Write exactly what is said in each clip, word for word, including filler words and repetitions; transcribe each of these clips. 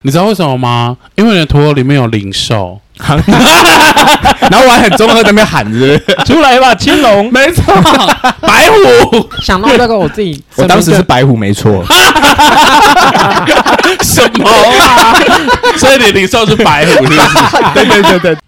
你知道为什么吗？因为你的土偶里面有灵兽。 然后我还很中二在那边喊着出来吧，青龙， 没错，白虎。 想到这个我自己， 我当时是白虎没错。 什么啊？所以你灵兽是白虎，是不是？ 对对对对。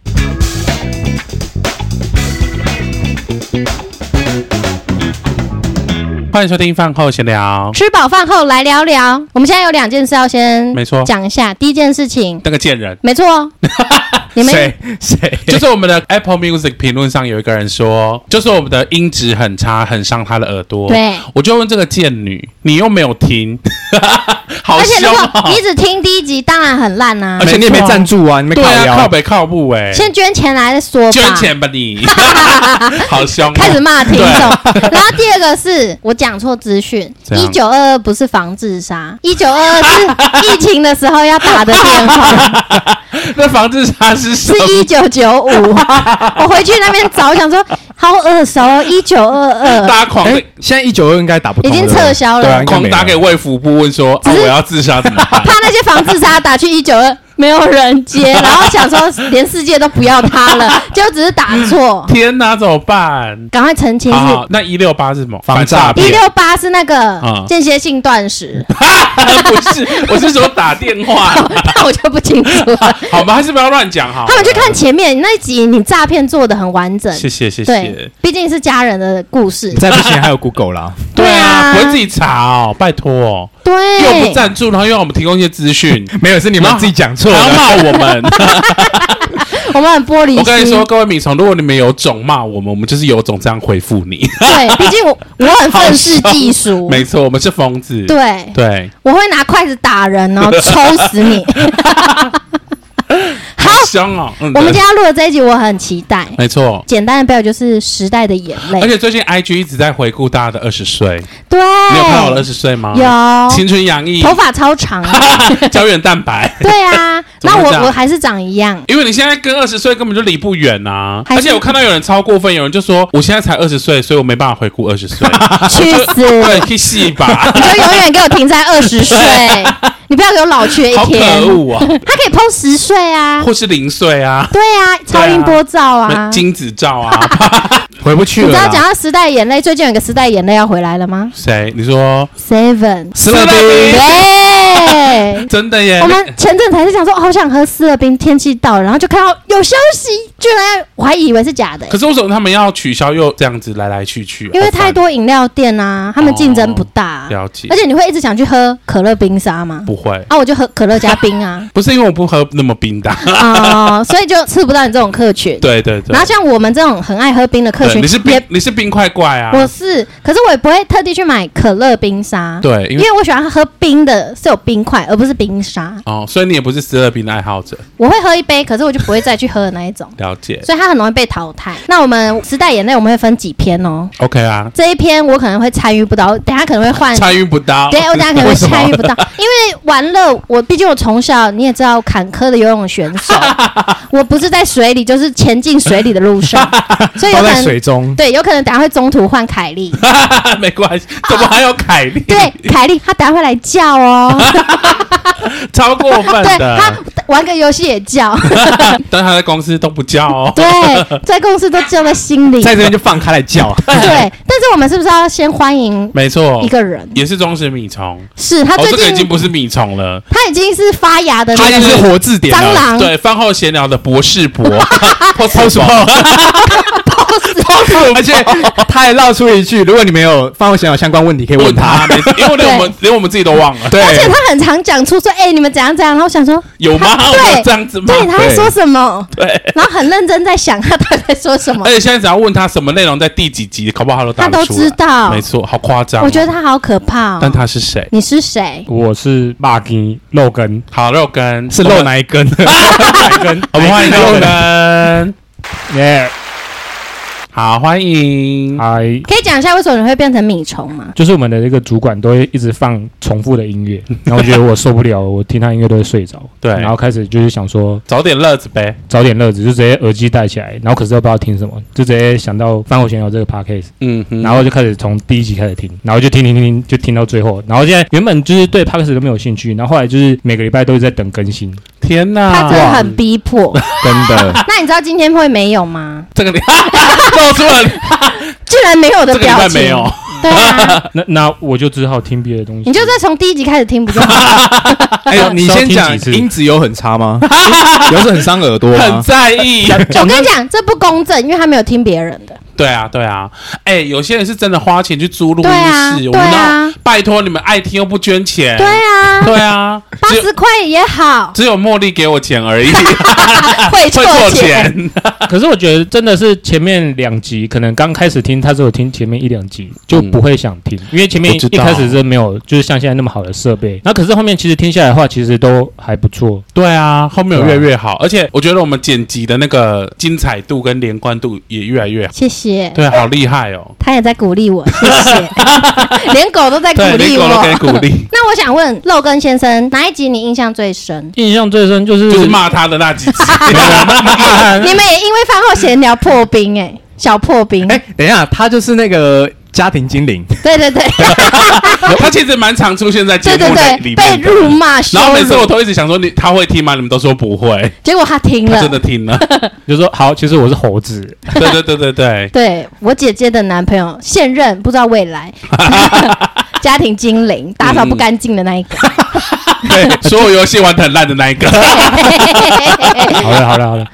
欢迎收听饭后闲聊， 吃饱饭后来聊聊。我们现在有两件事要先没错讲一下。第一件事情， 那个贱人， 没错，你们谁谁？ 就是我们的 Apple Music 评论上有一个人说，就是我们的音质很差，很伤他的耳朵。 对， 我就问这个贱女，你又没有听，好而且如凶哦！ 果你只听第一集，当然很烂啊。 而且你也没赞助啊，你没靠对腰啊，靠北靠步哎、欸， 先捐钱来再说吧。 捐钱吧你，好凶、哦！ 开始骂听众。然后第二个是我讲错资讯，一九二二不是防自杀，一九二二是疫情的时候要打的电话。 那防自杀是什么？ 是一九九五。我回去那边找，我想说好耳熟，一九二二。 大家狂、欸、 现在一九二应该打不通， 已经撤销了， 对啊， 狂打给卫福部问说啊，我要自杀怎么办？ 怕那些防自杀打去一九二。没有人接，然后想说连世界都不要他了，结果只是打错。 天哪，怎么办？ 赶快澄清是。 好好，那一六八是什么？ 防诈骗。 一六八是那个间歇性断食。 不是，我是说打电话。 那我就不清楚了。 好，我们还是不要乱讲好。 他们去看前面那一集，你诈骗做的很完整。 谢谢谢谢。 对，毕竟是家人的故事。 再不行还有 Google 啦。 对啊，不会自己查哦，拜托哦。 对， 又不赞助，然后又让我们提供一些资讯， 没有是你们自己讲错了， 然后骂我们， 我们很玻璃心。 我跟你说，各位米虫，如果你们有种骂我们，我们就是有种这样回复你。 对，毕竟我我很愤世嫉俗， 没错，我们是疯子。 对对， 我会拿筷子打人哦，抽死你。 好凶哦！ 嗯、我们今天要录的这一集我很期待。 没错， 简单的标语就是时代的眼泪。 而且最近 I G 一直在回顾大家的二十岁。 对， 你有看到我的二十岁吗？ 有， 青春洋溢， 头发超长， 胶原蛋白。 对啊，那我我还是长一样。 因为你现在跟二十岁根本就离不远啊！而且我看到有人超过分，有人就说我现在才二十岁，所以我没办法回顾二十岁。 去死！ 对，去死吧！ 你就永远给我停在二十岁。你不要给我老去一天， 好可恶啊！ 他可以 P O 十岁啊， 或是零岁啊， 对啊，超音波照啊， 精子照啊， 回不去了。 你知道讲到时代眼泪，最近有一个时代眼泪要回来了吗？ 谁？你说 Seven 斯乐冰？ 对， 真的耶！ 我们前阵才是想说，好想喝斯乐冰，天气到了，然后就看到有消息，居然我还以为是假的。 可是为什么他们要取消又这样子来来去去？ 因为太多饮料店啊，他们竞争不大。 了解。 而且你会一直想去喝可乐冰沙吗？ 不会啊，我就喝可乐加冰啊。 不是因为我不喝那么冰的哦，所以就吃不到你这种客群。 对对对。 然后像我们这种很爱喝冰的客群， 你是冰，你是冰块怪啊。 我是，可是我也不会特地去买可乐冰沙。 对， 因为我喜欢喝冰的，是有冰块，而不是冰沙。 哦，所以你也不是斯乐冰的爱好者。 我会喝一杯，可是我就不会再去喝的那一种。 了解。 所以它很容易被淘汰。那我们时代眼泪我们会分几篇哦。 OK 啊。 这一篇我可能会参与不到，等下可能会换。 参与不到。 对，我等下可能会参与不到，因为玩乐，我毕竟我从小你也知道坎坷的游泳选手，我不是在水里，就是前进水里的路上，所以有可能在水中。 对，有可能等下会中途换凯莉。 没关系，怎么还有凯莉？ 对，凯莉她等下会来叫哦。 超过分的。 对，他玩个游戏也叫， 但他在公司都不叫哦。 对，在公司都叫在心里， 在这边就放开来叫。 对，但是我们是不是要先欢迎？ 没错， 一个人也是忠实米虫， 是他最近、 哦、这个已经不是米虫了， 他已经是发芽的、那個， 他已经是活字典了。 蟑螂对，饭后闲聊的博士博 ，post 而且他还绕出一句：如果你们有饭后闲聊相关问题，可以问他。 因为连我们连我们自己都忘了。 对，而且他很常讲出说：“哎、欸，你们怎样怎样。”然后想说：“ 有吗？ 对， 这样子吗？” 对，他在说什么？ 对， 然后很认真在想他到底在说什么。 而且现在只要问他什么内容，在第几集，搞不好他都答得出来。 他都知道， 没错，好夸张、哦。 我觉得他好可怕、哦。 但他是谁？ 你是谁？ 我是肉根，肉根， 好肉根是肉哪一根？ 哪一根？我们欢迎肉根。 耶！ 好，欢迎。 嗨， 可以讲一下为什么你会变成米虫吗？ 就是我们的这个主管都会一直放重复的音乐，然后我觉得我受不了，我听他音乐都会睡着。 对， 然后开始就是想说找点乐子呗， 找点乐子，就直接耳机戴起来，然后可是又不知道听什么，就直接想到饭后闲聊这个 podcast， 嗯哼， 然后就开始从第一集开始听，然后就听听听听，就听到最后，然后现在原本就是对 podcast 都没有兴趣，然后后来就是每个礼拜都是在等更新。 天哪， 他真的很逼迫， 真的。 那你知道今天会没有吗？ 这个你露出了， 居然没有的这个礼表情， 拜没有。 对啊， 那那我就只好听别的东西。 你就再从第一集开始听不就好？ 哎呦，你先讲少听几次音质有很差吗？有是很伤耳朵很吗？ 在意。 我跟你讲，这不公正，因为他没有听别人的。 对啊，对啊，哎、欸，有些人是真的花钱去租录音对啊室，我对们啊要拜托你们爱听又不捐钱。 对啊， 对啊， 八只有十块也好， 只有茉莉给我钱而已， 会错会错钱。 钱。 可是我觉得真的是前面两集，可能刚开始听，他只有听前面一两集就不会想听，因为前面我知道一开始是没有，就是像现在那么好的设备。那可是后面其实听下来的话，其实都还不错。 对啊，后面有越来越好，而且我觉得我们剪辑的那个精彩度跟连贯度也越来越好。 谢谢， 对，好厉害哦！ 他也在鼓励我，谢谢。连狗都在鼓对， 励连狗都给我。 鼓励， 那我想问肉根先生，哪一集你印象最深？ 印象最深就是就是骂他的那几集。 你们也因为饭后闲聊破冰哎、小破冰。 哎，等一下，他就是那个家庭精灵， 对对对他其实蛮常出现在节目对对对，被里面的。 辱骂羞然后每次我辱， 都一直想说你他会听吗？你们都说不会， 结果他听了他真。的听了。 就说好，其实我是猴子， 对对对对对， 对我姐姐的男朋友，现任不知道未来，家庭精灵，打扫不干净的那一个。 对，所有游戏玩得很烂的那一个， 好了好了好了。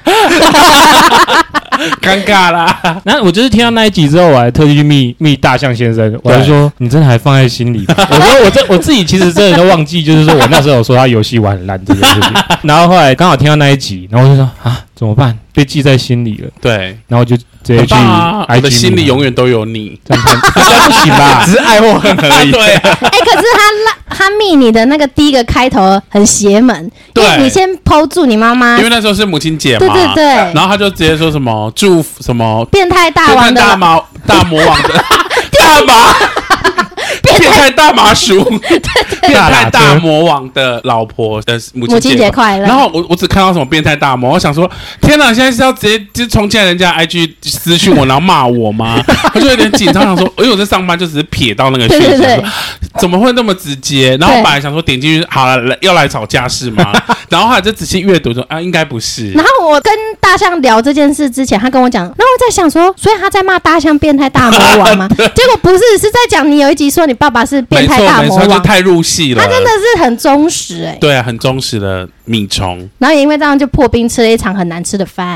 尴尬啦。 然后我就是听到那一集之后，我还特地去密密大象先生，我还说你真的还放在心里。我说我这我自己其实真的都忘记，就是说我那时候有说他游戏玩很烂这件事情。然后后来刚好听到那一集，然后我就说啊怎么办？被记在心里了。 对， 然后就直接很去棒啊！我 I G 的心里永远远都有你。 这样看，这样不行吧只？是爱或恨而已。 对啊， 哎、可是他他密你的那个第一个开头很邪门，因为对你先抛住你妈妈因，为那时候是母亲节嘛， 对对对然后他就直接说什么祝福什么变态大变态王的大麻大魔王的大麻。变态大麻叔，变态大魔王的老婆的母母亲亲节节快乐。 然后我我只看到什么变态大魔，我想说天哪，现在是要直接就冲进来人家 I G 私讯我，然后骂我吗？我就有点紧张，想说，因为我在上班，就只是瞥到那个讯息， 对对对说怎么会那么直接？然后我本来想说点进去，好了，要来吵架是吗？然后后来就仔细阅读说啊，应该不是。 然后我跟大象聊这件事之前，他跟我讲，然后我在想说，所以他在骂大象变态大魔王吗？结果不是，是在讲你有一集说你爸爸是变没态错没错，就大魔王， 太入戏了。 他真的是很忠实哎、 对啊，很忠实的米虫， 然后也因为这样就破冰吃了一场很难吃的饭，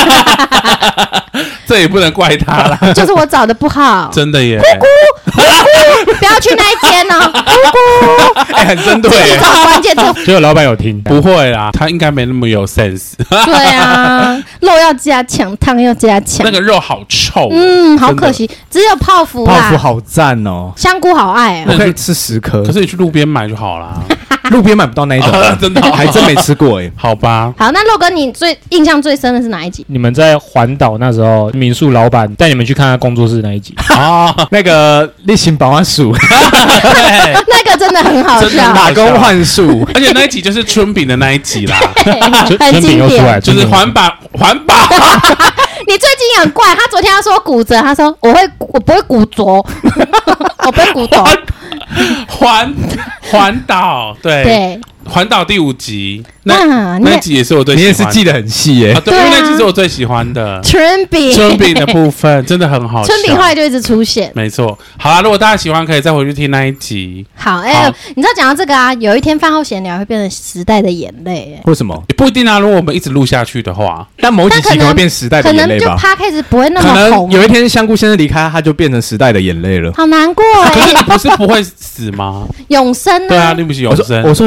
这也不能怪他啦， 就是我找的不好， 真的耶。 不要去那一间哦，姑姑， 哎，很针对自己耶。 找关键字。 结果老板有听， 不会啦，他应该没那么有 sense。 对啊，肉要加强，汤要加强。 那个肉好臭， 嗯，好可惜，只有泡芙泡芙啦。 好赞哦， 香菇好爱哦， 我可以吃十颗可。是你去路边买就好啦。 路边买不到那一种的， 真的哦还真没吃过哎。 好吧， 好，那肉哥，你最印象最深的是哪一集？ 你们在环岛那时候，民宿老板带你们去看他工作室那一集， 哦， 那个例行保安署对， 那个真的很好笑真的， 打工换宿， 而且那一集就是春饼的那一集啦， 春很经春饼又出来， 典。 就是环保环保， 你最近也很怪，他昨天他说骨折，他说我会我不会骨折，我不会骨头。 环环岛，对， 对， 环岛第五集，那那你那一集也是我最你喜欢的， 也是记得很细耶啊，。对， 对啊因为那集是我最喜欢的春饼， 春饼的部分，真的很好笑。 春饼后来就一直出现。 没错，好啦，如果大家喜欢，可以再回去听那一集。 好，哎、 好你知道讲到这个啊，有一天饭后闲聊会变成时代的眼泪、哎， 为什么？ 也不一定啊，如果我们一直录下去的话， 但某几集但可能可能会变时代可能就的眼泪吧。 podcast 不会那可么红， 能有一天香菇先生离开，他就变成时代的眼泪了。 好难过哎、 可是你不是不会死吗？ 永生对啊， 啊， 对不起， 我说永生。 我说离开节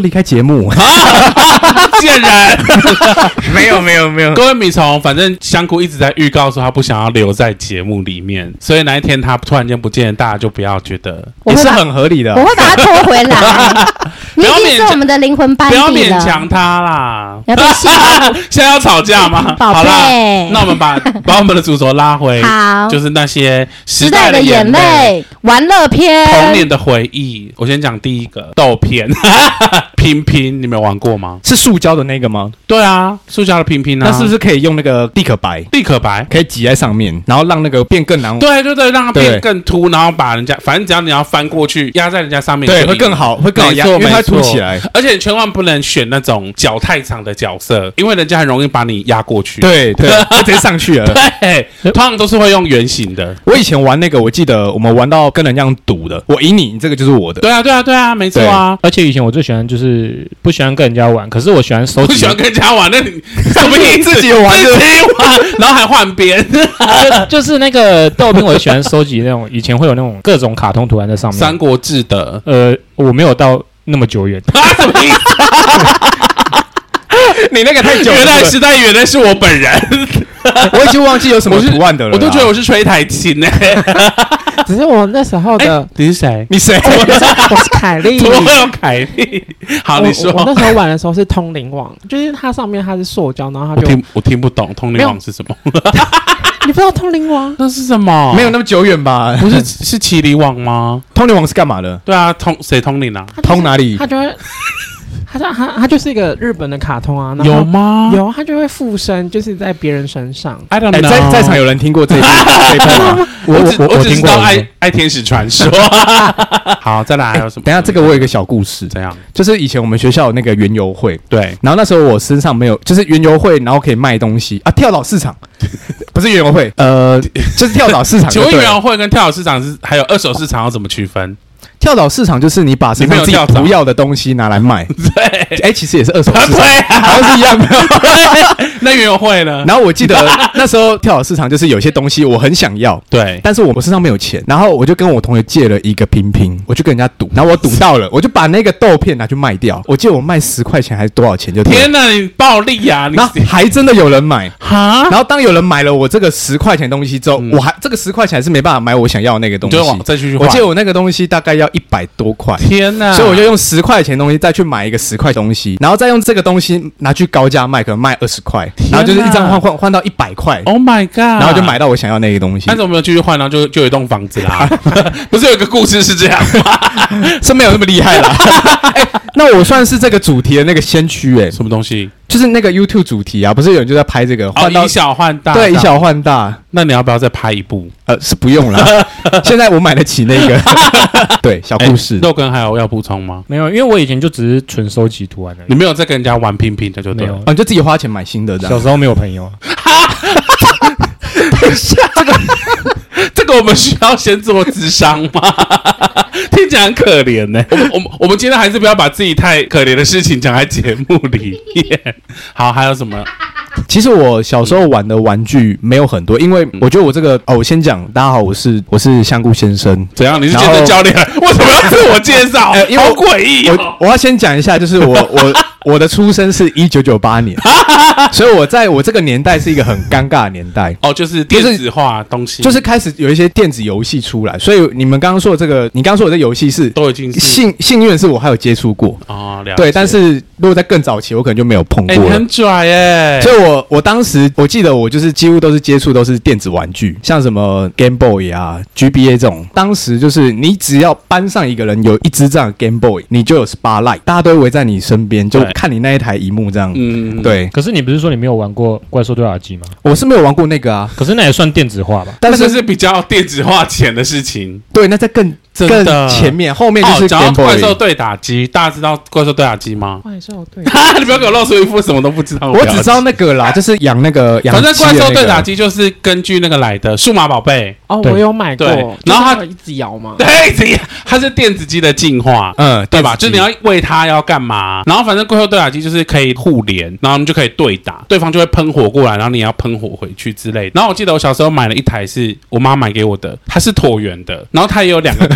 目。 贱人。 没有没有没有， 各位米虫，反正香菇一直在预告说他不想要留在节目里面，所以哪一天他突然间不见，大家就不要觉得也是很合理的。 我会把他拖回来。你已经是我们的灵魂班底了， 不要勉强他啦。 要被戏现在要吵架吗？ 宝贝， 好啦，那我们把把我们的主轴拉回， 好， 就是那些时代的眼泪、玩乐片、 童年的回忆。我先讲第一个豆片，拼拼，你们有玩过吗？ 是塑胶的那个吗？ 对啊，塑胶的拼拼啊。 那是不是可以用那个地可白？ 地可白可以挤在上面，然后让那个变更难。 对对对，让它变更凸，然后把人家，反正只要你要翻过去，压在人家上面， 对，会更好，会更好压，因为它凸起来。 而且千万不能选那种脚太长的角色，因为人家很容易把你压过去。 对对，直接上去了。 对，通常都是会用圆形的。 我以前玩那个，我记得我们玩到跟人家赌的，我赢你，你这个就是我的。 对啊对啊对啊，没错啊。 而且以前我最喜欢就是不喜欢跟人家玩，可是我喜欢收集。 不喜欢跟人家玩，那你什么意思？ 自己玩自己玩，然后还换边。 就就是那个豆片，我喜欢收集那种以前会有那种各种卡通图案在上面。 三国志的， 呃，我没有到那么久远。 啊，什么意思？ 你那个太久了。 原来时代原来是我本人。 我已经忘记有什么图案的了， 我都觉得我是吹台琴呢。 只是我那时候的， 你是谁？ 你谁？ 我是凯莉。 我有凯莉。好，你说。 我那时候玩的时候是通灵网，就是它上面它是塑胶，然后它就我听我听不懂通灵网是什么。 你不知道通灵王那是什么？ 没有那么久远吧？ 不是是麒麟网吗？ 通灵王是干嘛的？ 对啊，通谁通灵啊？ 通哪里？ 他就会。他他他就是一个日本的卡通啊， 有吗？ 有，他就会附身，就是在别人身上。 I don't know， 在在场有人听过这一这一段吗？ 我我我只知道爱爱天使传说。好，再来还有什么？ 等一下，这个我有一个小故事， 怎样？ 就是以前我们学校有那个园游会， 对， 然后那时候我身上没有，就是园游会，然后可以卖东西啊，跳蚤市场不是园游会，呃，就是跳蚤市场。 请问园游会跟跳蚤市场是还有二手市场要怎么区分？ 跳蚤市场就是你把身上自己不要的东西拿来卖， 对， 哎、欸，其实也是二手市场， 对、啊， 好像是一样的。 那园游会呢？ 然后我记得那时候跳蚤市场就是有些东西我很想要， 对， 但是我身上没有钱，然后我就跟我同学借了一个拼拼，我就跟人家赌，然后我赌到了，我就把那个豆片拿去卖掉，我记得我卖十块钱还是多少钱就对了。 天哪，你暴利呀、啊！ 然后还真的有人买哈， 然后当有人买了我这个十块钱的东西之后，嗯、我还这个十块钱还是没办法买我想要的那个东西， 就往再继续换。 我记得我那个东西大概要一百多块。 天哪！ 所以我就用十块钱的东西再去买一个十块东西，然后再用这个东西拿去高价卖，可能卖二十块，然后就是一张换换换到一百块。 Oh my god！ 然后就买到我想要那个东西。 但是我没有继续换，然后就就有一栋房子啦。不是有一个故事是这样吗？ 是没有那么厉害啦。欸、那我算是这个主题的那个先驱哎、欸， 什么东西？ 就是那个 YouTube 主题啊，不是有人就在拍这个，换到、 哦、以小换大， 对，以小换大。 那你要不要再拍一部？ 呃，是不用了，现在我买得起那个。对，小故事。 肉羹还有要补充吗？ 没有，因为我以前就只是纯收集图案的。 你没有在跟人家玩拼拼的就对了， 哦，你就自己花钱买新的这样。 小时候没有朋友。 等一下，这个这个我们需要先做諮商吗？听起来很可怜呢、欸。我们我们我们今天还是不要把自己太可怜的事情讲在节目里面。好，还有什么？ 其实我小时候玩的玩具没有很多，因为我觉得我这个哦，我先讲，大家好，我是我是香菇先生。 怎样？你是健身教练？为什么要自我介绍？呃、因为好诡异、哦！ 我我要先讲一下，就是我我我的出生是一九九八年，所以我在我这个年代是一个很尴尬的年代。 哦，就是电子化东西， 就是开始有一些电子游戏出来，所以你们刚刚说的这个，你刚刚说的这游戏是都已经是幸幸运的是我还有接触过哦，了解。 对，但是如果在更早期，我可能就没有碰过了。 欸、很拽耶！ 所以我我当时我记得我就是几乎都是接触都是电子玩具，像什么 Game Boy 啊、G B A 这种。当时就是你只要班上一个人有一支这样的 Game Boy， 你就有 Spotlight， 大家都会围在你身边，就看你那一台萤幕这样。嗯，对。 可是你不是说你没有玩过怪兽对打机吗？ 我是没有玩过那个啊。 可是那也算电子化吧？ 但是那是比较电子化前的事情。 对，那在更更前面，后面就是 Game Boy。 哦、怪兽对打机，大家知道怪兽对打机吗？ 怪兽对， 你不要给我露出一副什么都不知道。 我只知道那个啦，就是养那个养、那個。 反正怪兽对打机就是根据那个来的，数码宝贝。 哦，我有买过。 然后它一直摇嘛。 对，一直摇，它是电子机的进化。嗯，对吧？就是你要喂它要干嘛？然后反正怪兽对打机就是可以互联，然后你就可以对打，对方就会喷火过来，然后你也要喷火回去之类的。然后我记得我小时候买了一台是我妈买给我的，它是椭圆的，然后它也有两个可以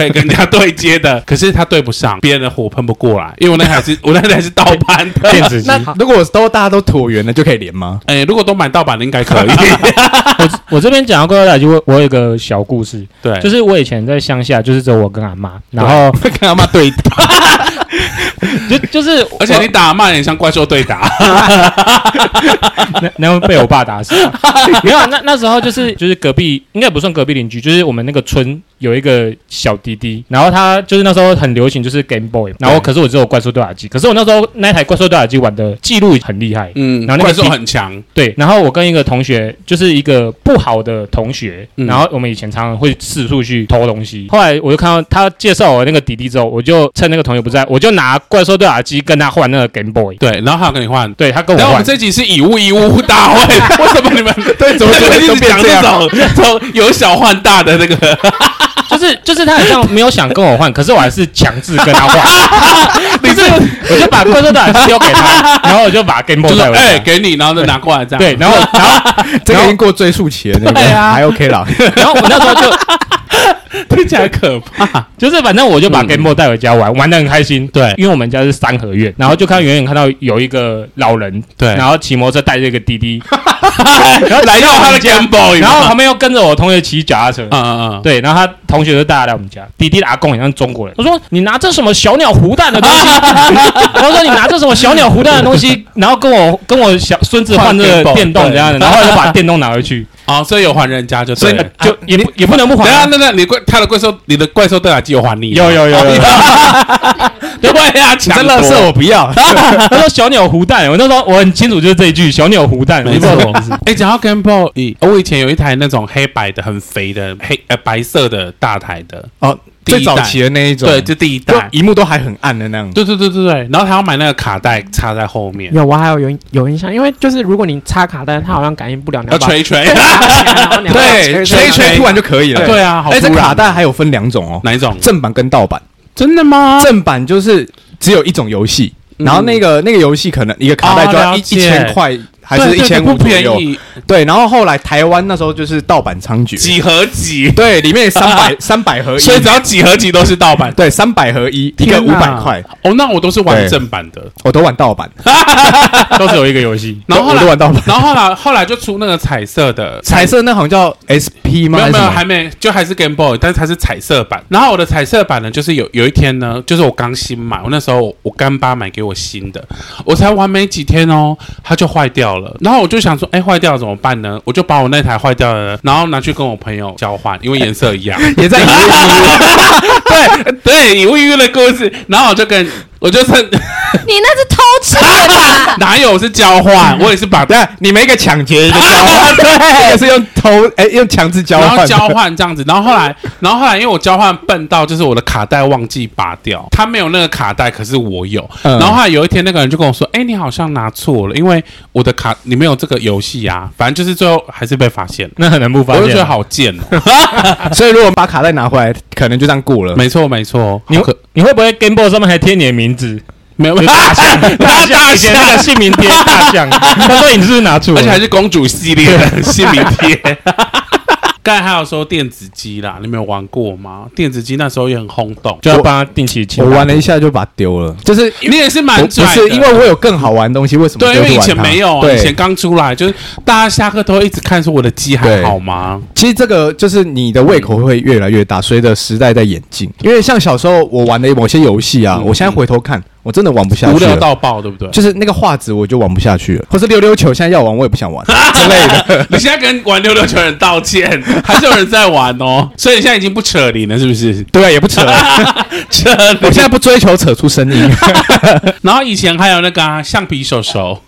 对，跟人家对接的，可是他对不上，别人的火喷不过来，因为我那台是我那台是盗版的电子机。 那如果都大家都椭圆的就可以连吗？ 哎，如果都买盗版的应该可以。 我我这边讲到怪兽对打机，我我有一个小故事， 对， 就是我以前在乡下，就是只有我跟阿妈，然后跟阿妈对打， 就就是而且你打骂人像怪兽对打， 那然后被我爸打死。没有，那那时候就是就是隔壁，应该不算隔壁邻居，就是我们那个村有一个小弟弟，然后他就是那时候很流行就是 Game Boy， 然后可是我只有怪兽对打机，可是我那时候那台怪兽对打机玩的记录很厉害， 嗯， 然后那个怪兽很强， 对，然后我跟一个同学，就是一个不好的同学， 嗯然后我们以前常常会四处去偷东西。后来我就看到他介绍我那个弟弟之后，我就趁那个同学不在，我就拿怪兽对打机跟他换那个 Game Boy。 对，然后他要跟你换。 对他跟我换然后我们。这集是以物易物大会，为什么你们对，怎么一就变这直讲这样？ 种从由小换大的那个？ 就是就是他好像没有想跟我换，可是我还是强制跟他换。你这我就把怪兽对打机丢给他，然后我就把 Game 就 Boy 是带回哎， 家。 给你，然后再拿过来这样。 对，然后然后这个已经过追溯期了，那个对啊还 OK 啦。 然后我那时候就听起来可怕。 就是反正我就把嗯 Game Boy 带回家玩，玩的很开心。 对因为我们家是三合院，然后就看远远看到有一个老人， 对然后骑摩托车带着一个弟弟， 然后来到他的 Game Boy， 然后旁边又跟着我同学骑脚踏车。 嗯嗯嗯， 对，然后他同学就带他来我们家，弟弟的阿公很像中国人。我说你拿这什么小鸟胡蛋的东西？我说你拿这什么小鸟胡蛋的东西，然后跟我跟我小孙子换这换 Game 个 Boy， 电动怎样的，然后就把电动拿回去， 哦，所以有还人家就对了。 就也不也不能不还等一下， 啊。 那那你怪他的怪兽，你的怪兽对打机有还你？ 有有有有有对呀， 你抢真乐色我不要。 他说小鸟胡蛋，我那时候我很清楚就是这一句小鸟胡蛋， 没我不知道什么错意思。 哎，讲到 Game Boy，我以前有一台那种黑白的、很肥的黑呃白色的大台的， 哦， 第一代最早期的那一种， 对，就第一就代。 荧幕都还很暗的那样。 对对对对对，然后他要买那个卡带插在后面， 有，我还有有有印象，因为就是如果你插卡带，它好像感应不了，你要把吹吹。 然后你要对，吹一吹突然就可以了。 对啊，好哎，这突然卡带还有分两种哦， 哪一种？ 正版跟盗版。 真的吗？ 正版就是只有一种游戏，然后那个那个游戏可能一个卡带就要一一哦了解千块还是对对一千对不五左右。 便宜， 对，然后后来台湾那时候就是盗版猖獗， 几盒几， 对，里面三百三百合一， 所以只要几盒几都是盗版。 对三百合一，一个五天哪百块， 哦，那我都是玩对正版的。 我都玩盗版， 都是有一个游戏。 然后后来我都玩盗版。 然后后来后来就出那个彩色的， 彩色那好像叫 S P 吗？ 没有没有， 还是什么还没，就还是 Game Boy，但是它是彩色版。然后我的彩色版呢，就是有有一天呢，就是我刚新买，我那时候我干爸买给我新的，我才玩没几天哦，它就坏掉了。然后我就想说，哎，坏掉了怎么办呢？我就把我那台坏掉的，然后拿去跟我朋友交换，因为颜色一样。 也在以对对，以物易物的故事。然后我就跟我就趁你那是偷吃的吧？ 哪有是交换，我也是把对啊，你们一个抢劫，一个交换，对，也是用偷哎用强制交换， 然后交换这样子，然后后来，然后后来，因为我交换笨到就是我的卡带忘记拔掉，他没有那个卡带，可是我有。 嗯然后后来有一天，那个人就跟我说：“哎，你好像拿错了，因为我的卡你没有这个游戏啊。”反正就是最后还是被发现了， 那很难不发现。 我就觉得好贱哦。 所以如果把卡带拿回来，可能就这样过了。 没错没错， 你好可你会不会 Game Boy 上面还贴你的名字？ 没有没有大象，大象， 大以前那个象， 姓名贴大象，他说你是不是拿错了？ 而且还是公主系列的姓名贴。刚才还有说电子机啦，你没有玩过吗？电子机那时候也很轰动， 就要帮他定期清我打。 玩了一下就把它丢了，就是你也是蛮不拽的， 是因为我有更好玩的东西，为什么对，因为以丢去玩它前没有啊， 对， 以前刚出来，就是大家下课都会一直看说我的机还好吗？ 其实这个就是你的胃口会越来越大，随着时代在演进。因为像小时候我玩的某些游戏啊， 嗯我现在回头看，我真的玩不下无聊去了。 到爆，对不对？ 就是那个画质我就玩不下去了，或是溜溜球，现在要玩我也不想玩之类的。 你现在跟玩溜溜球的人道歉，还是有人在玩哦，所以你现在已经不扯铃了，是不是？ 对啊，也不扯了。 扯铃。 我现在不追求扯出声音。 然后以前还有那个、啊、橡皮手手，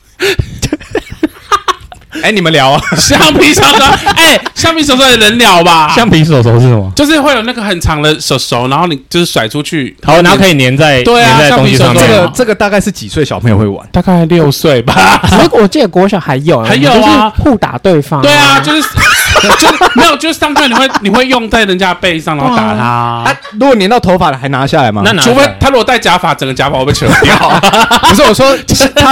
哎，你们聊啊。 橡皮手手，哎，橡皮手手也能聊吧？ 橡皮手手是什么？ 就是会有那个很长的手手，然后你就是甩出去， 好，然后可以粘在对啊粘在东西上橡皮手手面。 这个这个大概是几岁小朋友会玩？ 大概六岁吧。 可是我记得国小还有， 还有啊就是互打对方。 对啊，就是就是没有，就是上课你会你会用在人家背上，然后打他。 啊，如果粘到头发了，还拿下来吗？ 那拿除非下来他如果戴假发，整个假发会被扯掉。 不是我说，就是他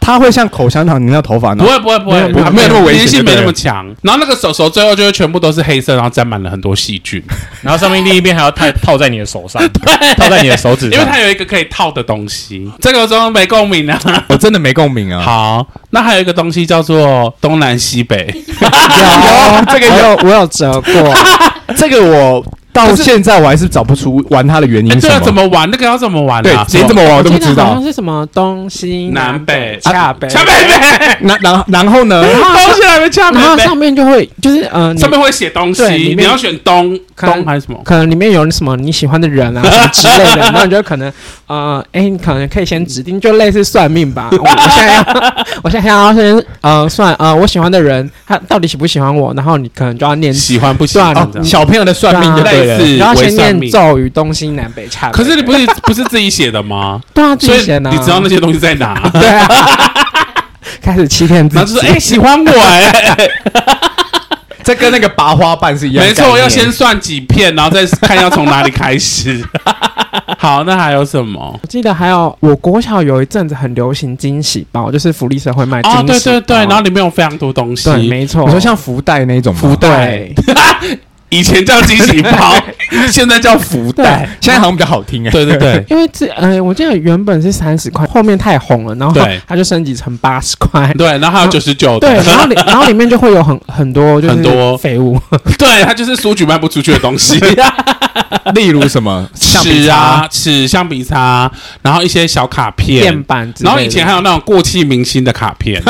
它会像口香糖粘到头发呢？ 不会不会不会， 没有没有那么危险粘性没就对了那么强。然后那个手手最后就会全部都是黑色，然后沾满了很多细菌， 然后上面另一边还要套套在你的手上，套在你的手指上， 因为它有一个可以套的东西。这个中没共鸣啊， 我真的没共鸣啊。 好，那还有一个东西叫做东南西北， 有这个有我有折过， 这个我到现在我还是找不出玩它的原因哎，对啊， 是什么。 怎么玩？那个要怎么玩对啊？， 连怎么玩我都不知道我记得好像。是什么东西南北恰北， 恰北北， 然然后然后呢？ 东西还没恰北北， 然后上面就会就是呃，你上面会写东西， 对里面你要选东可能东还是什么？ 可能里面有什么你喜欢的人啊什么之类的，然后你就可能呃，哎，你可能可以先指定，就类似算命吧。我我现在要，我现在要先呃算呃我喜欢的人他到底喜不喜欢我，然后你可能就要念， 喜欢不喜对啊欢这样？ 哦小朋友的算命就对了。 类似你要先微算命念咒语东西南北恰北。 可是你不是不是自己写的吗？ 对啊，自所以己写的啊， 你知道那些东西在哪？ 对啊，开始欺骗自己， 然后就说：“哎、喜欢我哎、 这跟那个拔花瓣是一样的没概念。 错，要先算几片，然后再看要从哪里开始。好，那还有什么？ 我记得还有，我国小有一阵子很流行惊喜包，就是福利社会卖惊喜哦， 包。 对对对，然后里面有非常多东西。 对，没错。 你说像福袋那种吗？ 福袋， 以前叫惊喜包，现在叫福袋。 现在好像比较好听哎。 对对对， 因为这呃，我记得原本是三十块，后面太红了，然后对它就升级成八十块。 对，然后还有九十九的。 对，然后里然后里面就会有很很多就是很多废物， 对，它就是书局卖不出去的东西。 例如什么橡皮尺啊擦，、 尺、橡皮擦，然后一些小卡片面。板之类的。 然后以前还有那种过气明星的卡片，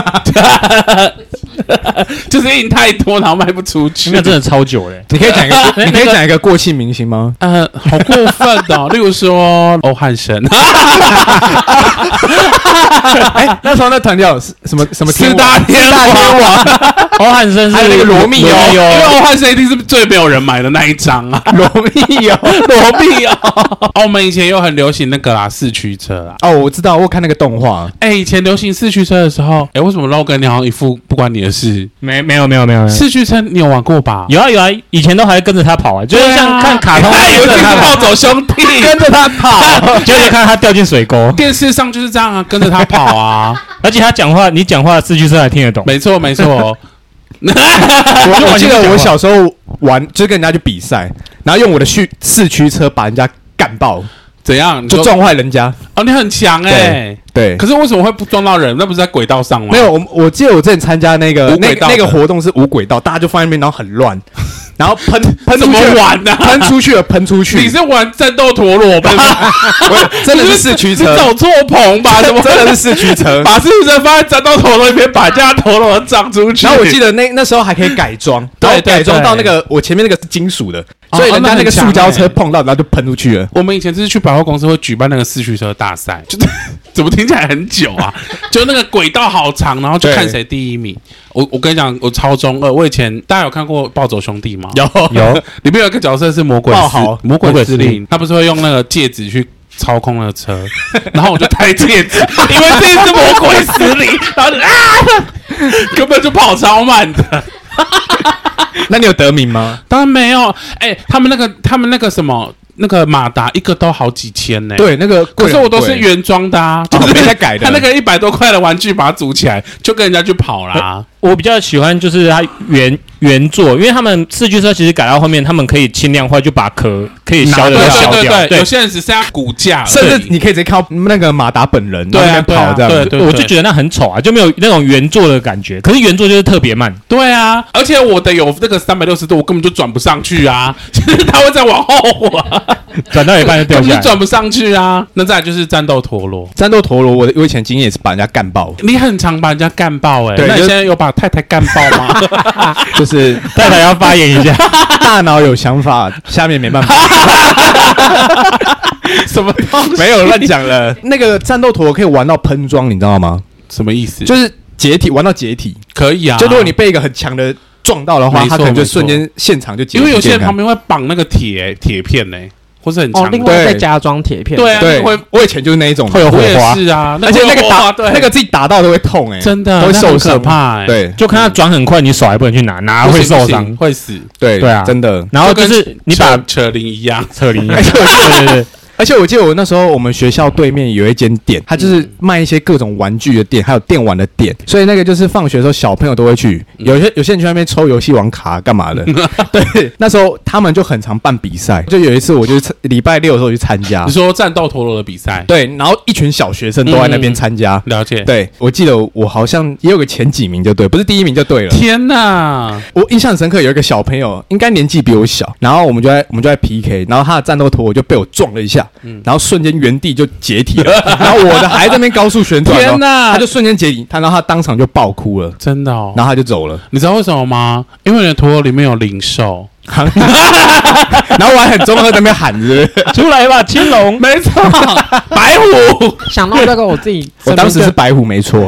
就是印太多，然后卖不出去。 那真的超久嘞。 你可以讲一个，你可以讲一个过气明星吗？ 呃，好过分哦！例如说欧汉声， 哎，那时候那团叫是什么什么四大天四大天王， 欧汉声是还有那个罗密欧罗密因为欧欧汉声一定是最没有人买的那一张啊， 罗密欧。 罗密欧。哦，我们以前又很流行那个啦，四驱车啦。 哦，我知道，我看那个动画。 哎，以前流行四驱车的时候，哎，为什么 logo 你好像一副不关你的事？ 没没有没有没有没有四驱车你有玩过吧？ 有啊有啊，以前都还跟着他跑啊，就是像看卡通哎，有这个跟着他跑， 暴走兄弟， 跟着他跑， 就是看他掉进水沟， 电视上就是这样啊，跟着他跑啊。 而且他讲话，你讲话四驱车还听得懂。 没错没错。 我我记得我小时候玩，就是跟人家去比赛，然后用我的四四驱车把人家干爆， 怎样？你说就撞坏人家。 哦，你很强哎。 对， 可是为什么会不撞到人？那不是在轨道上吗？ 没有，我我记得我之前参加那个那无轨道的那个活动是无轨道，大家就放在那边，然后很乱，然后喷喷怎么出去了， 玩呢？ 喷出去了，喷出去。 你是玩战斗陀螺吧？ 我真的是四驱车你，走错棚吧？怎么真的是四驱车。 把四驱车放在战斗陀螺里面，把人家陀螺撞出去？ 然后我记得那那时候还可以改装， 对然后改装对到那个我前面那个是金属的， 哦所以人家那个塑胶车那很强欸碰到，然后就喷出去了。 我们以前就是去百货公司会举办那个四驱车大赛，就是怎么听起来很久啊？就那个轨道好长，然后就看谁第一名。我我跟你讲，我超中二。我以前大家有看过《暴走兄弟》吗？ 有有里面有一个角色是魔鬼司爆豪魔鬼司魔鬼司令，他不是会用那个戒指去操控那个车，然后我就戴戒指，因为这是魔鬼司令，然后就啊，根本就跑超慢的。 那你有得名吗？ 当然没有，哎、他们那个他们那个什么那个马达一个都好几千呢、 对，那个可是我都是贵原装的啊，就哦是没在改的他那个一百多块的玩具把它组起来，就跟人家去跑啦。 我比较喜欢就是它原原作，因为他们四驱车其实改到后面，他们可以轻量化，就把壳可以削的对都削掉。 对对对，有些人只剩下骨架而已， 甚至你可以直接看到那个马达本人， 对啊然后在那边跑这样子。 对对我就觉得那很丑啊，就没有那种原作的感觉。可是原作就是特别慢， 对啊，而且我的有那个三百六十度，我根本就转不上去啊，就是它会再往后啊， 转到一半就掉根本就下来。 转不上去啊。那再来就是战斗陀螺。 战斗陀螺，我的我以前经验也是把人家干爆， 你很常把人家干爆哎、欸，那你对就现在有把太太干爆吗？ 就是太太要发言一下， 大脑有想法，下面没办法， 什么东西？ 没有乱讲了。那个战斗陀螺可以玩到喷装，你知道吗？ 什么意思？ 就是解体，玩到解体。 可以啊， 就如果你被一个很强的撞到的话， 没错他可能就没错瞬间现场就解体。 因为有些人旁边边会绑那个铁铁片呢、或是很哦， 强的。 另外再对加装铁片。 对啊， 对那个会， 我以前就是那一种的， 会有火我也花， 是啊， 而且那个会有火花对打那个自己打到都会痛哎， 真的都会那很受伤可怕哎、 对就看他转很快，你手还不能去拿，拿会不行不行受伤。 会死， 对对啊真的。 然后就是你把车车铃一样。 车铃， 哎对对对， 而而且我记得我那时候我们学校对面有一间店，它就是卖一些各种玩具的店，还有电玩的店，所以那个就是放学的时候小朋友都会去，有些有些人去那边抽游戏王卡干嘛的。对，那时候他们就很常办比赛，就有一次我就礼拜六的时候去参加。 你说战斗陀螺的比赛？ 对，然后一群小学生都在那边参加。 嗯、了解。 对，我记得我好像也有个前几名就对，不是第一名就对了。 天哪！ 我印象很深刻，有一个小朋友应该年纪比我小，然后我们就在我们就在 P K， 然后他的战斗陀螺就被我撞了一下，嗯、然后瞬间原地就解体了，然后我的还在那边高速旋转， 天哪！ 他就瞬间解体，他然后他当场就爆哭了， 真的哦， 然后他就走了。 你知道为什么吗？因为你的陀螺里面有灵兽。 然后我还很中二在那边喊着出来吧，青龙， 没错，白虎。 想到这个，我自己我当时是白虎没错。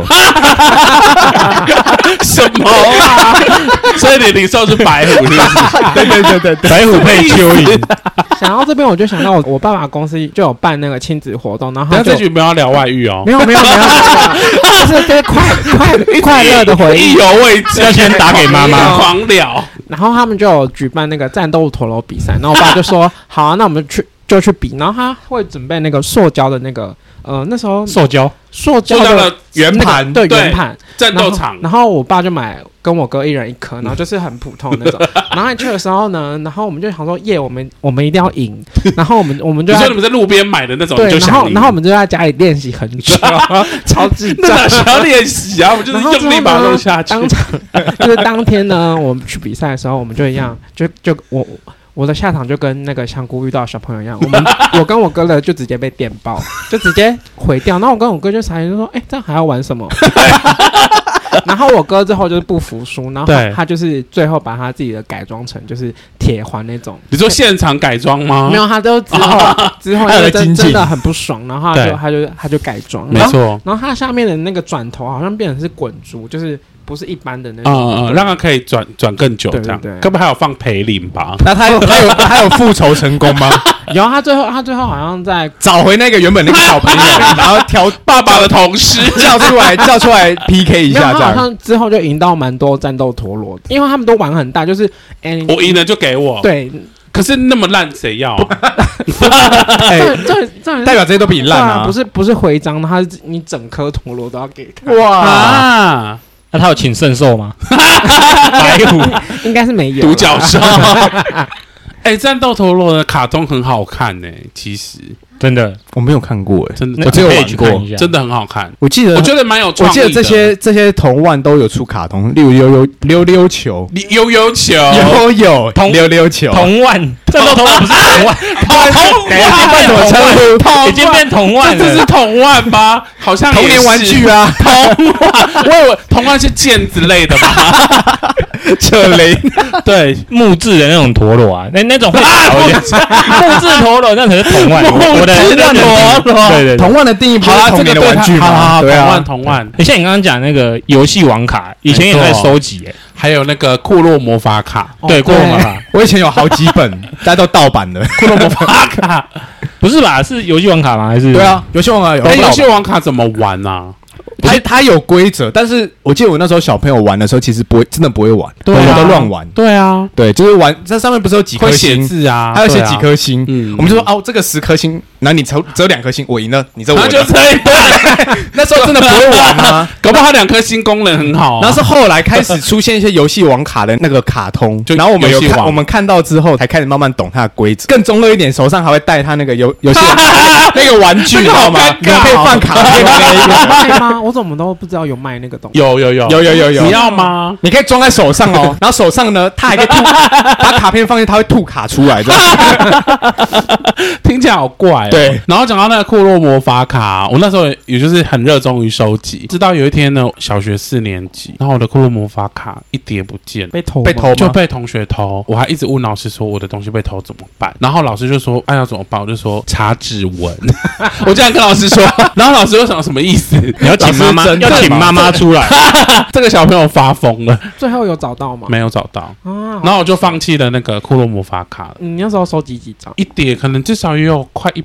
什么啊？所以你灵兽是白虎，是不是？ 对对对对对， 白虎配蚯蚓。 想到这边，我就想到我我爸爸公司就有办那个亲子活动，然后他这局没有要聊外遇哦， 没有没有没有，就是这快快快乐的回忆， 意犹未尽， 要先打给妈妈狂聊。 然后他们就有举办那个战斗陀螺比赛，然后我爸就说好啊，那我们去就去比，然后他会准备那个塑胶的那个呃那时候塑胶塑胶的圆盘， 那个、对圆盘战斗场， 然后我爸就买跟我哥一人一颗，然后就是很普通的那种。然后你去的时候呢，然后我们就想说耶，我们我们一定要赢，然后我们我们就你说你们在路边买的那种， 对， 就然后然后我们就在家里练习很久，超智障， 那哪需要练习啊？我们就是用力把它弄下去。 当场就是当天呢，我们去比赛的时候，我们就一样，就就我。我的下场就跟那个香菇遇到小朋友一样，我们我跟我哥的就直接被电爆，就直接毁掉。然后我跟我哥就傻眼，就说：“哎、欸，这样还要玩什么？”然后我哥之后就是不服输，然后 他, 他就是最后把他自己的改装成就是铁环那种。 你说现场改装吗？ 没有，他都之后之后他真真的很不爽，然后他就他就他就改装， 没错。 然后他下面的那个转头好像变成是滚珠，就是不是一般的那种， 嗯嗯，让他可以转转更久这样。 对对对， 该不还有放培林吧？ 那他他有他有复仇成功吗？ 有，他最后他最后好像在找回那个原本那个小朋友，然后挑爸爸的同事叫出来叫出来 P K 一下，这样。 好像之后就赢到蛮多战斗陀螺的，因为他们都玩很大，就是哎， 我赢了就给我。 对， 可是那么烂谁要？ 哎， 这这代表这些都比你烂啊！ 不是不是徽章，他是你整颗陀螺都要给他。 哇！ 啊那他有请圣兽吗？白虎应该是没有。 独角兽。哎，战斗陀螺的卡通很好看呢，其实真的我没有看过哎， 真的我只有玩过， 真的很好看。 我记得我觉得蛮有创意的。 我记得这些这些童玩都有出卡通，例如溜溜溜溜球、 悠悠球、 悠悠溜溜球、 童玩战斗童玩不是童玩， 童玩怎么称呼？ 已经变童玩了， 这是童玩吧？好像童年玩具啊， 童玩。我以为童玩是剑之类的吧？ 扯铃， 对，木质的那种陀螺啊，那那种会少一点。木质陀螺那才是童玩，我的陀螺，对对，童玩的定义不是童年的玩具吗？ 对啊，童玩。 你像你刚刚讲那个游戏王卡，以前也在收集，哎， 还有那个库洛魔法卡， 对，库洛魔法， 我以前有好几本，大家都盗版的库洛魔法卡， 不是吧？是游戏王卡吗？还是？ 对啊，游戏王卡有。 哎，游戏王卡怎么玩啊？ 它它有规则，但是我记得我那时候小朋友玩的时候，其实不会，真的不会玩， 对啊， 都乱玩。 对啊， 对，就是玩，这上面不是有几颗星写字啊， 还有写几颗星， 嗯， 我们就说哦，这个十颗星，然后你只只有两颗星，我赢了，你这我赢了， 就这样。 那时候真的不会玩啊， 搞不好两颗星功能很好。 然后是后来开始出现一些游戏王卡的那个卡通，然后我们有看，我们看到之后才开始慢慢懂它的规则，更中二一点，手上还会带它那个游游戏那个玩具，知道吗？你可以放卡片那个吗？我怎么都不知道有卖那个东西。 有有有有有有有， 你要吗？ 你可以装在手上哦，然后手上呢，它还可以吐，把卡片放进，它会吐卡出来，这样听起来好怪。 对， 然后讲到那个库洛魔法卡，我那时候也就是很热衷于收集，直到有一天呢，小学四年级，然后我的库洛魔法卡一叠不见， 被偷被偷就被同学偷，我还一直问老师说我的东西被偷怎么办，然后老师就说哎要怎么办，我就说查指纹，我这样跟老师说，然后老师又想什么意思？ 你要请妈妈，要请妈妈出来， 这个小朋友发疯了。 最后有找到吗？ 没有找到啊， 然后我就放弃了那个库洛魔法卡了。 你那时候收集几张？ 一叠可能至少也有快一百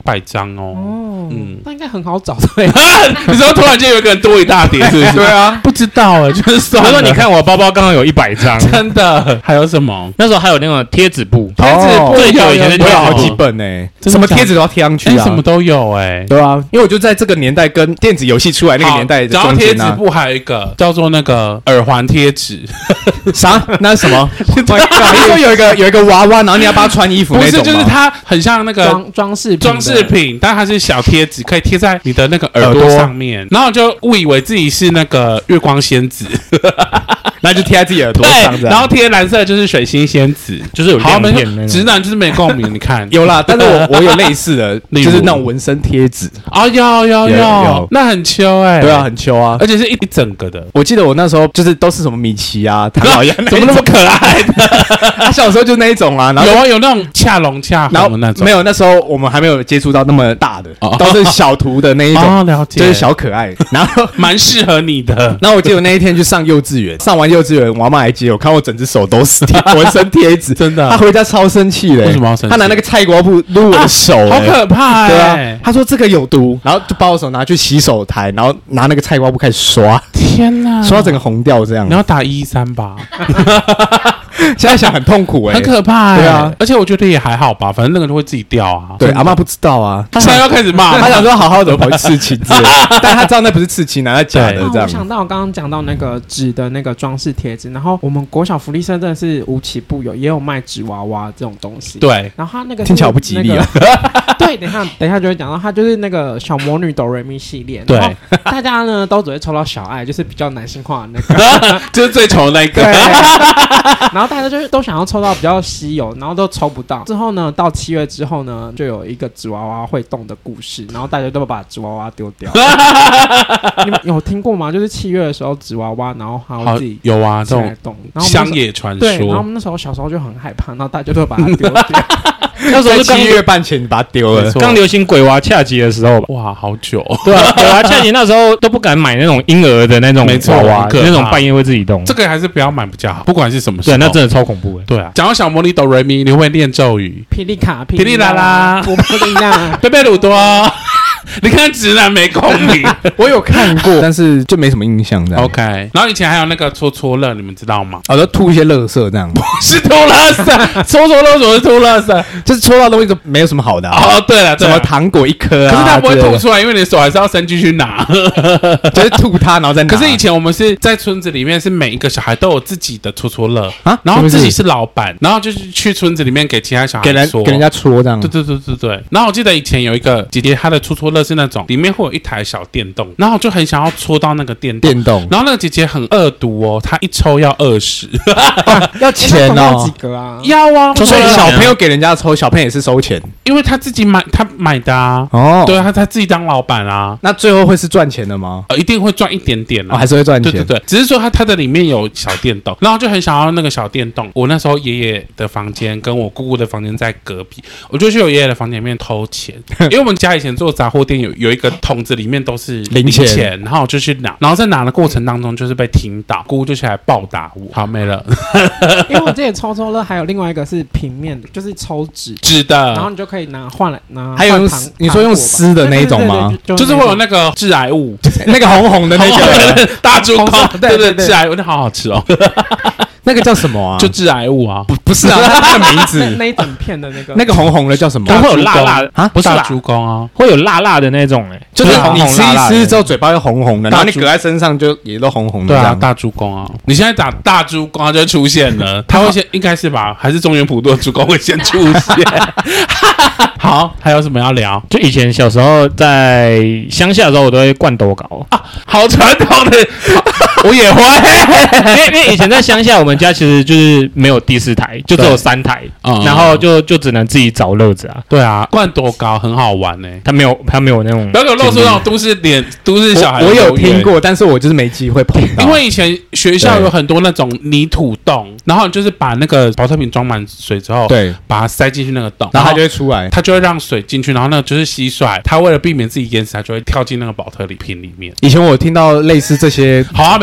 百张哦。 哦， 嗯， 那应该很好找对。 你说突然间有一个人多一大叠，是不是？对啊，不知道哎，就是算了。 他说你看我包包刚好有一百张， 真的。还有什么？ 那时候还有那种贴纸布， 贴纸布最久以前的我有好贴纸几本呢， 真的什么贴纸都要贴上去啊， 什么都有哎。 对啊，因为我就在这个年代跟电子游戏出来那个年代的然后贴中间啊。 纸布还有一个叫做那个耳环贴纸， 啥？那是什么？你说有一个有一个娃娃，然后你要帮他穿衣服不是， 那种吗？ 就是它很像那个装装饰品的装饰品，但它是小贴纸，可以贴在你的那个耳朵上面，然后我就误以为自己是那个月光仙子。 那就贴在自己耳朵上， 对，然后贴蓝色就是水星仙子， 就是有好没亮片那种。 直男就是没共鸣，你看有啦，但是我我有类似的， 例如就是那种纹身贴纸， 啊，有有有有有， 那很秋哎， 对啊，很秋啊。 而且是一一整个的， 我记得我那时候就是都是什么米奇啊、唐老鸭， 怎么那么可爱的？ 他小时候就那一种啊，然后有啊，有那种恰龙恰然后红的那种， 没有，那时候我们还没有接触到那么大的， 哦都是小图的那一种， 哦，了解， 就是小可爱。然后， 蛮适合你的。 然后我记得我那一天去上幼稚园，上完幼稚园，我阿妈来接我，看我整只手都是贴纹身贴纸， 真的他回家超生气的， 为什么要生气他拿那个菜瓜布撸我的手， 好哎可怕对哎！ 啊，他说这个有毒，然后就把我手拿去洗手台，然后拿那个菜瓜布开始刷， 天哪， 刷到整个红掉这样你。要打一一三吧？ 现在想很痛苦哎， 很可怕哎。 对啊， 而且我觉得也还好吧，反正那个就会自己掉啊。 对，阿妈不知道啊， 现在要开始骂了， 他想说好好的跑去刺青之类的，但他知道那不是刺青啊，那假的哦这样。 我想到我刚刚讲到那个纸的那个装饰贴纸，然后我们国小福利社真的是无奇不有，也有卖纸娃娃这种东西。 对， 然后他那个听起来好不吉利啊。 那个对，等一下等一下就会讲到，他就是那个小魔女哆瑞咪系列。 对， 然后大家呢都只会抽到小爱，就是比较男性化的那个， 就是最丑的那一个。 对。然后大家就是都想要抽到比较稀有，然后都抽不到。之后呢，到七月之后呢，就有一个纸娃娃会动的故事，然后大家都把纸娃娃丢掉。你们有听过吗？就是七月的时候，纸娃娃，然后还会自己有啊，这种起来动，然后我们那时候乡野传对，然后我说。 们那时候小时候就很害怕，然后大家都会把它丢掉。 那时候是刚在七月半前把它丢了没，错刚流行鬼娃恰吉的时候吧。 哇，好久。 对啊，鬼娃恰吉那时候都不敢买那种婴儿的那种没错娃娃很，可怕那种半夜会自己动。 这个还是不要买比较好，不管是什么时对， 候。 那真的超恐怖的。 对啊。讲到小魔女哆瑞咪，你会念咒语？ 霹雳卡， 霹雳啦啦波波丽娜。 贝贝鲁多。你看直男没共鸣。 我有看过，但是就没什么印象这样。 OK，然后以前还有那个戳戳乐，你们知道吗？ 我都吐一些垃圾这样， 是吐垃圾，戳戳乐怎么是吐垃圾？ 就是抽到东西都没有什么好的啊， 哦，对了， 什么对了， 糖果一颗啊， 可是它不会之类的吐出来，因为你的手还是要伸进去拿。 就是吐它，然后再拿。 可是以前我们是在村子里面，是每一个小孩都有自己的戳戳乐啊然后是不是自己是老板，然后就是去村子里面给其他小孩给人戳给人家戳这样对，对对对对，然后我记得以前有一个姐姐，她的戳戳乐是那种里面会有一台小电动，然后我就很想要戳到那个电动。 电动然后那个姐姐很恶毒哦，她一抽要二十， 要钱那哦几。个啊？ 要啊， 所以戳戳乐小朋友给人家抽，小朋友也是收钱因为她自己买，她买的啊， 哦。 对啊，她她自己当老板啊， 那最后会是赚钱的吗？ 呃，一定会赚一点点哦， 啊。 还是会赚钱？ 对对对，只是说它它的里面有小电动，然后就很想要那个小电动。我那时候爷爷的房间跟我姑姑的房间在隔壁，我就去我爷爷的房间里面偷钱，因为我们家以前做杂货店有有一个桶子里面都是零钱然后我就去拿，然后在拿的过程当中就是被听到，姑姑就起来暴打我，好没了， 因为我之前抽抽乐还有另外一个是平面的，就是抽纸， 纸的， 然后你就可以拿换来拿。 还有用换糖你说用糖果吧撕的那一种吗？ 对对对对就是会有种那个致癌物， 那个红红的那个， 大猪公红色， 对对， 对对对致癌物那好好吃哦， 那个叫什么啊？ 就致癌物啊， 不不是啊，它的名那字， 那一整片的那个那个红红的叫什么都？会有大猪公辣辣的啊不是啦， 大猪公啊。 会有辣辣的那种哎， 就是红你吃一红辣辣的吃之后嘴巴又红红的，然后你大猪搁在身上就也都红红的对啊， 这样。 大猪公啊！你现在打大猪公，它就会出现了。它会先，应该是吧？还是中原普渡的猪公会先出现？好，还有什么要聊？ 就以前小时候在乡下的时候，我都会灌斗稿， 好传统的，我也会。 因为因为以前在乡下，我们家其实就是没有第四台，就只有三台， 嗯然后就就只能自己找乐子啊。 对啊，灌多高很好玩呢、 他没有他没有那种不要给我露出那种都市脸、都市小孩的我我有优越听。过，但是我就是没机会碰到。 因为以前学校有很多那种泥土洞，然后你就是把那个保特瓶装满水之后， 对， 把它塞进去那个洞， 然后它就会出来。 它就会让水进去，然后那个就是蟋蟀，它为了避免自己淹死，它就会跳进那个保特里瓶里面。 以前我听到类似这些， 好啊，没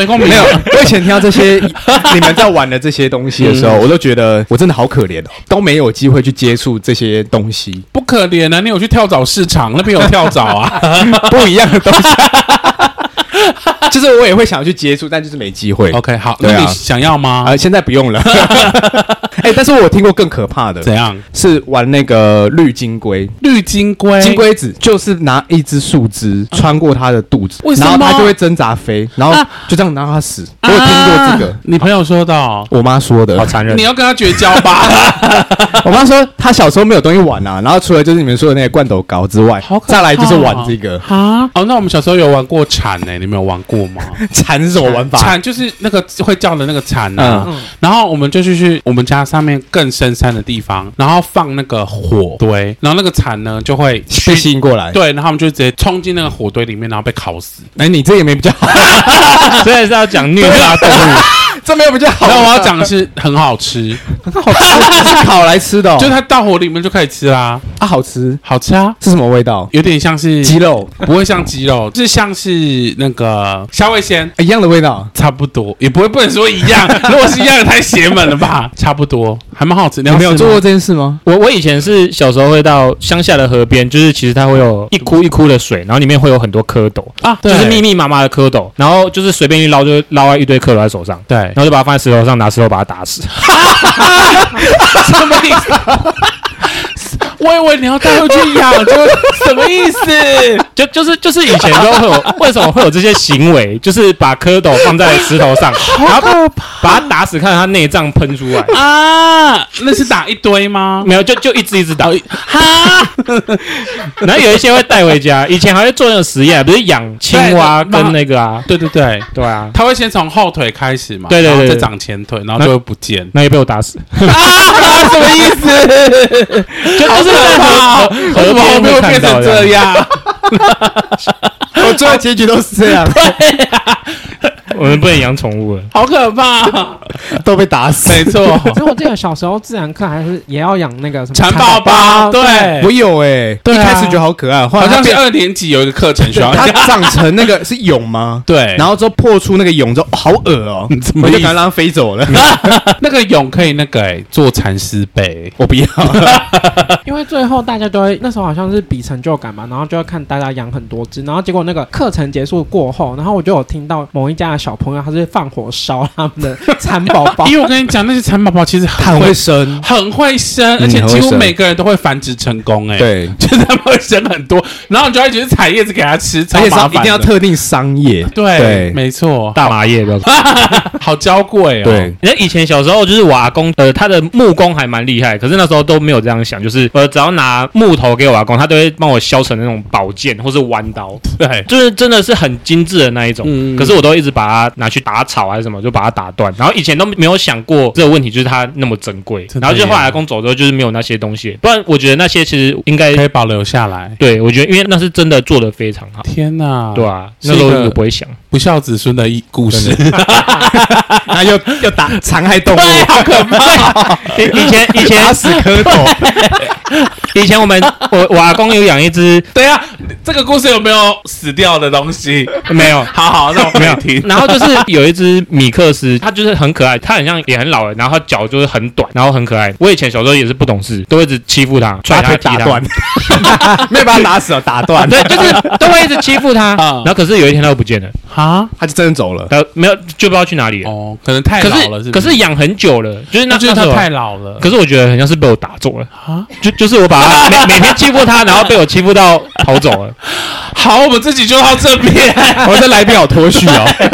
共鸣。 没有，我以前听到这些你们在玩的这些东西的时候，我都觉得我真的好可怜哦，都没有机会去接触这些东西。 不可怜啊，你有去跳蚤市场那边有跳蚤啊， 不一样的东西。就是我也会想要去接触，但就是没机会。 OK， 好， 对啊那你想要吗？ 啊、呃，现在不用了。哎、欸，但是我有听过更可怕的， 怎样？ 是玩那个绿金龟。 绿金龟， 金龟子就是拿一只树枝穿过它的肚子， 为什么？ 然后它就会挣扎飞，然后就这样让它死。啊、我有听过这个， 你朋友说的、哦， 我妈说的， 好残忍。 你要跟他绝交吧？ 我妈说她小时候没有东西玩啊，然后除了就是你们说的那个罐头糕之外，再来就是玩这个啊。哦，那我们小时候有玩过蝉呢、欸，你们有玩过吗？ 蝉是什么玩法？ 蝉就是那个会叫的那个蝉啊。嗯、然后我们就去去我们家上面更深山的地方，然后放那个火堆，然后那个蝉呢就会被吸引过来。 对，然后我们就直接冲进那个火堆里面，然后被烤死。 哎，你这也没比较好， 所以是要讲虐杀动物。 这没有比较好。 然后我要讲的是很好吃， 很好吃，是烤来吃的、哦， 就是它到火里面就可以吃啦。 啊，好吃， 好吃啊！ 是什么味道？ 有点像是鸡肉， 不会像鸡肉，是像是那个虾味鲜、 欸、一样的味道， 差不多，也不会不能说一样。如果是一样的，太邪门了吧？差不多，还蛮好吃。 你没有做过这件事吗？ 我我以前是小时候会到乡下的河边，就是其实它会有一窟一窟的水，然后里面会有很多蝌蚪啊，就是密密麻麻的蝌蚪，然后就是随便一捞就捞一堆蝌蚪在手上， 对， 然后就把它放在石头上，拿石头把它打死。 什么意思？我以为你要带回去养，就什么意思？ 就就是就是以前都会有，为什么会有这些行为？就是把蝌蚪放在石头上，然后把它打死，看它内脏喷出来啊！那是打一堆吗？ 没有，就就一只一只打。 哈， 然后有一些会带回家，以前还会做那个实验，不是养青蛙跟那个啊？ 对对对对啊， 他会先从后腿开始嘛， 对对 对, 对， 然后再长前腿，然后就会不见， 那也被我打死。 啊，什么意思？ 就就是在河河边会变成这样。 我最后结局都是这样。 我们不能养宠物了， 好可怕， 都被打死。 没错， 所以我记得小时候自然课还是也要养那个什么蚕宝宝。对， 我有哎，一开始觉得好可爱， 好像是二年级有一个课程需要。 它长成那个是蛹吗？ 对， 然后之后破出那个蛹之后，好恶哦，我就赶快让它飞走了。 那个蛹可以那个哎做蚕丝被， 我不要， 因为最后大家都会那时候好像是比成就感嘛，然后就要看大家养很多只，然后结果那个课程结束过后，然后我就有听到某一家的小朋友他是放火烧他们的蚕宝宝， 因为我跟你讲，那些蚕宝宝其实很会生， 很会生，而且几乎每个人都会繁殖成功哎， 对， 就是他们会生很多，然后你就要一直采叶子给它吃， 而且一定要特定桑叶， 对，没错， 大麻叶的， 好娇贵哦。 对， 那以前小时候就是我阿公，呃，他的木工还蛮厉害，可是那时候都没有这样想，就是呃，只要拿木头给我阿公，他都会帮我削成那种宝剑或是弯刀， 对， 就是真的是很精致的那一种。嗯，可是我都一直把它拿去打草还是什么，就把它打断。然后以前都没有想过这个问题，就是它那么珍贵。然后就后来阿公走之后，就是没有那些东西。不然我觉得那些其实应该可以保留下来。 对，我觉得因为那是真的做得非常好。 天哪， 对啊，那时候我不会想不孝子孙的故事， 然后又又打残害动物， 好可怕！ 以前以前打死蝌蚪。 以前我们我我阿公有养一只， 对啊，这个故事有没有死掉的东西？ 没有， 好好，那我没有听。 然后就是有一只米克斯，它就是很可爱，它很像也很老了，然后它脚就是很短，然后很可爱。我以前小时候也是不懂事，都会一直欺负它，踹它、踢它， 没有把它打死哦，打断。 对，就是都会一直欺负它。然后可是有一天它又不见了， 啊， 它就真的走了， 呃，没有就不知道去哪里了。 哦，可能太老了，是可是养很久了，就是那就是它太老了。 可是我觉得很像是被我打中了啊，就就是我把它每每天欺负它，然后被我欺负到跑走了。 好，我们这集就到这边。 我这来宾好脱序哦。